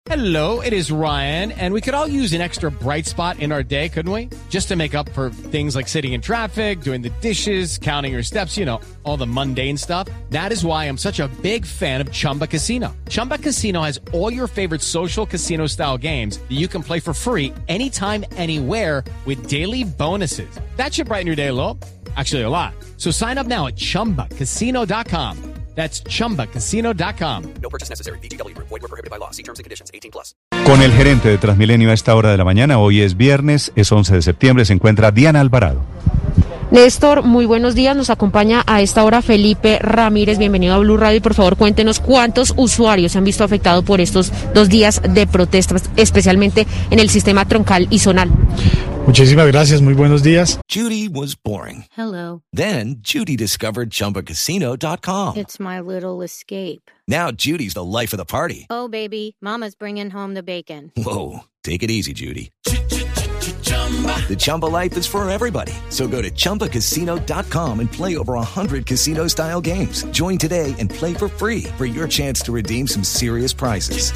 Hello, it is Ryan, and we could all use an extra bright spot in our day, couldn't we? Just to make up for things like sitting in traffic, doing the dishes, counting your steps, you know, all the mundane stuff. That is why I'm such a big fan of Chumba Casino. Chumba Casino has all your favorite social casino-style games that you can play for free anytime, anywhere with daily bonuses. That should brighten your day a little. Actually, a lot. So sign up now at ChumbaCasino.com. That's ChumbaCasino.com. No purchase necessary. VGW Group. Void where prohibited by law. See terms and conditions. 18+. Con el gerente de Transmilenio a esta hora de la mañana, hoy es viernes, es 11 de septiembre, se encuentra Diana Alvarado. Néstor, muy buenos días. Nos acompaña a esta hora Felipe Ramírez. Bienvenido a Blue Radio y por favor cuéntenos cuántos usuarios se han visto afectados por estos 2 días de protestas, especialmente en el sistema troncal y zonal. Muchísimas gracias, muy buenos días. Judy was boring. Hello. Then Judy discovered ChumbaCasino.com. It's my little escape. Now Judy's the life of the party. Oh, baby, mama's bringing home the bacon. Whoa, take it easy, Judy. The Chumba life is for everybody. So go to ChumbaCasino.com and play over 100 casino-style games. Join today and play for free for your chance to redeem some serious prizes.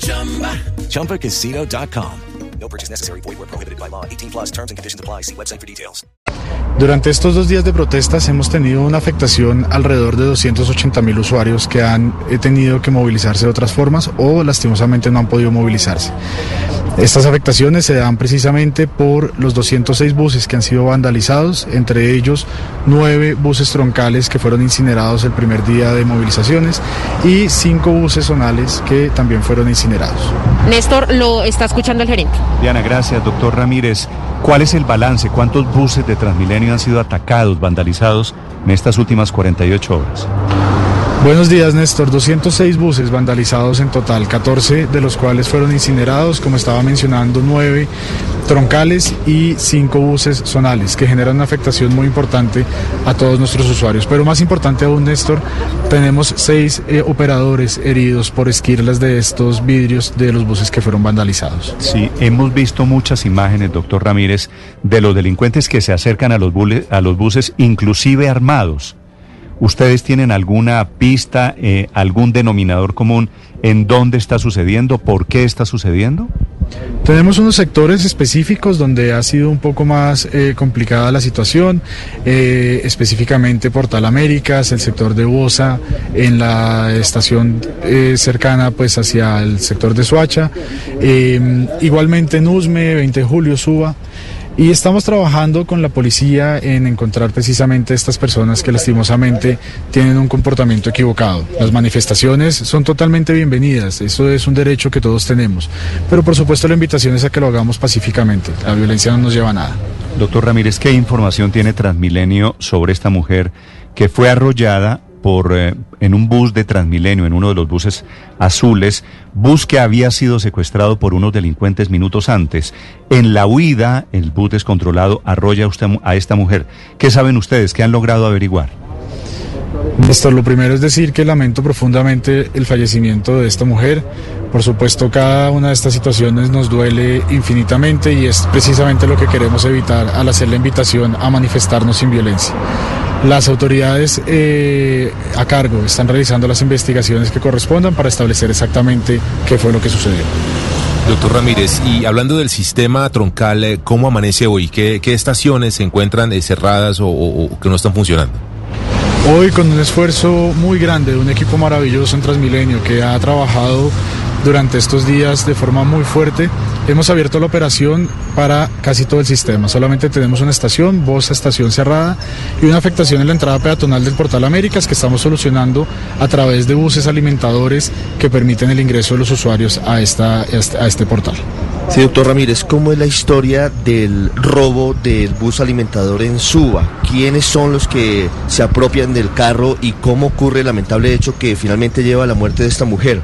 ChumbaCasino.com. No purchase necessary. Void where prohibited by law. 18+. Terms and conditions apply. See website for details. Durante estos 2 días de protestas hemos tenido una afectación alrededor de 280.000 usuarios que han tenido que movilizarse de otras formas o lastimosamente no han podido movilizarse. Estas afectaciones se dan precisamente por los 206 buses que han sido vandalizados, entre ellos 9 buses troncales que fueron incinerados el primer día de movilizaciones y 5 buses zonales que también fueron incinerados. Néstor, lo está escuchando el gerente. Diana, gracias. Doctor Ramírez, ¿cuál es el balance? ¿Cuántos buses de Transmilenio han sido atacados, vandalizados en estas últimas 48 horas? Buenos días, Néstor. 206 buses vandalizados en total, 14 de los cuales fueron incinerados, como estaba mencionando, 9 troncales y 5 buses zonales, que generan una afectación muy importante a todos nuestros usuarios. Pero más importante aún, Néstor, tenemos 6 operadores heridos por esquirlas de estos vidrios de los buses que fueron vandalizados. Sí, hemos visto muchas imágenes, doctor Ramírez, de los delincuentes que se acercan a los buses, inclusive armados. ¿Ustedes tienen alguna pista, algún denominador común en dónde está sucediendo, por qué está sucediendo? Tenemos unos sectores específicos donde ha sido un poco más complicada la situación, específicamente Portal Américas, el sector de Bosa, en la estación cercana pues hacia el sector de Soacha, igualmente en Usme, 20 de julio, Suba. Y estamos trabajando con la policía en encontrar precisamente estas personas que lastimosamente tienen un comportamiento equivocado. Las manifestaciones son totalmente bienvenidas, eso es un derecho que todos tenemos, pero por supuesto la invitación es a que lo hagamos pacíficamente, la violencia no nos lleva a nada. Doctor Ramírez, ¿qué información tiene Transmilenio sobre esta mujer que fue arrollada en un bus de Transmilenio, en uno de los buses azules, bus que había sido secuestrado por unos delincuentes minutos antes? En la huida, el bus descontrolado arrolla a esta mujer. ¿Qué saben ustedes? ¿Qué han logrado averiguar? Néstor, lo primero es decir que lamento profundamente el fallecimiento de esta mujer. Por supuesto, cada una de estas situaciones nos duele infinitamente y es precisamente lo que queremos evitar al hacer la invitación a manifestarnos sin violencia. Las autoridades a cargo están realizando las investigaciones que correspondan para establecer exactamente qué fue lo que sucedió. Doctor Ramírez, y hablando del sistema troncal, ¿cómo amanece hoy? ¿Qué estaciones se encuentran cerradas o que no están funcionando? Hoy, con un esfuerzo muy grande de un equipo maravilloso en Transmilenio que ha trabajado durante estos días de forma muy fuerte, hemos abierto la operación para casi todo el sistema. Solamente tenemos una estación, Bosa estación cerrada, y una afectación en la entrada peatonal del Portal Américas que estamos solucionando a través de buses alimentadores que permiten el ingreso de los usuarios a este portal. Sí, doctor Ramírez, ¿cómo es la historia del robo del bus alimentador en Suba? ¿Quiénes son los que se apropian del carro y cómo ocurre el lamentable hecho que finalmente lleva a la muerte de esta mujer?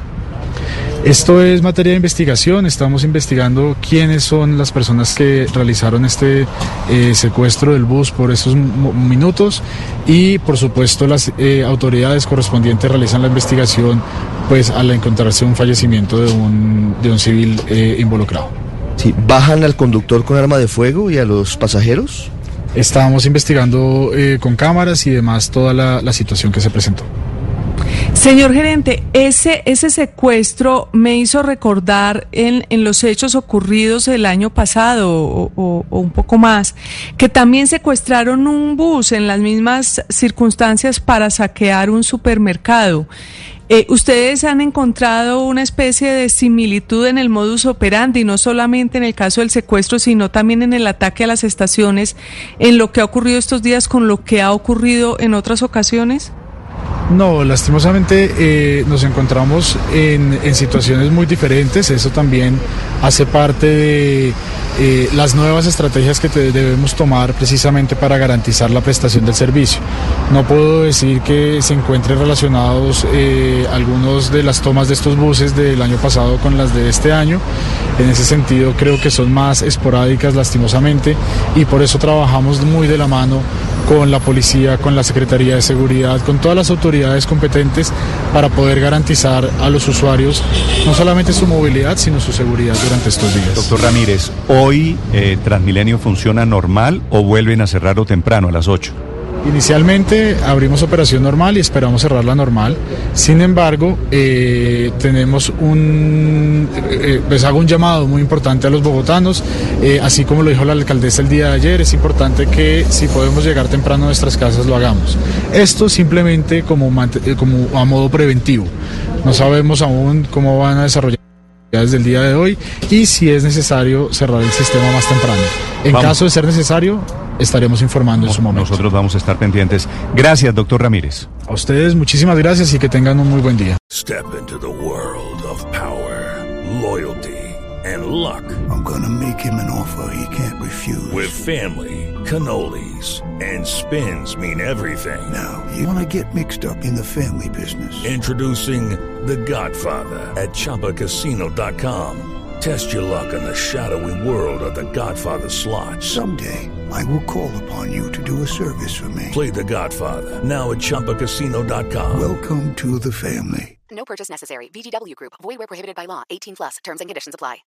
Esto es materia de investigación, estamos investigando quiénes son las personas que realizaron este secuestro del bus por esos minutos y por supuesto las autoridades correspondientes realizan la investigación pues al encontrarse un fallecimiento de un civil involucrado. Sí, ¿bajan al conductor con arma de fuego y a los pasajeros? Estamos investigando con cámaras y demás toda la situación que se presentó. Señor gerente, ese secuestro me hizo recordar en los hechos ocurridos el año pasado o un poco más, que también secuestraron un bus en las mismas circunstancias para saquear un supermercado. ¿Ustedes han encontrado una especie de similitud en el modus operandi, no solamente en el caso del secuestro, sino también en el ataque a las estaciones, en lo que ha ocurrido estos días con lo que ha ocurrido en otras ocasiones? No, lastimosamente nos encontramos en situaciones muy diferentes. Eso también hace parte de las nuevas estrategias que debemos tomar precisamente para garantizar la prestación del servicio. No puedo decir que se encuentren relacionados algunos de las tomas de estos buses del año pasado con las de este año. En ese sentido creo que son más esporádicas lastimosamente, y por eso trabajamos muy de la mano con la policía, con la Secretaría de Seguridad, con todas las autoridades competentes para poder garantizar a los usuarios no solamente su movilidad, sino su seguridad durante estos días. Doctor Ramírez, ¿hoy Transmilenio funciona normal o vuelven a cerrarlo temprano a las 8? Inicialmente abrimos operación normal y esperamos cerrarla normal. Sin embargo, tenemos les hago un llamado muy importante a los bogotanos, así como lo dijo la alcaldesa el día de ayer. Es importante que si podemos llegar temprano a nuestras casas lo hagamos. Esto simplemente como a modo preventivo. No sabemos aún cómo van a desarrollar desde el día de hoy y si es necesario cerrar el sistema más temprano. En caso de ser necesario, estaremos informando en su momento. Nosotros vamos a estar pendientes. Gracias, doctor Ramírez. A ustedes muchísimas gracias y que tengan un muy buen día. Step into the world of power, loyalty, and luck. I'm gonna make him an offer he can't refuse. With family, cannolis, and spins mean everything. Now, you wanna get mixed up in the family business. Introducing The Godfather at ChumbaCasino.com. Test your luck in the shadowy world of The Godfather slot. Someday, I will call upon you to do a service for me. Play The Godfather, now at ChumbaCasino.com. Welcome to the family. No purchase necessary. VGW Group. Void where prohibited by law. 18+. Terms and conditions apply.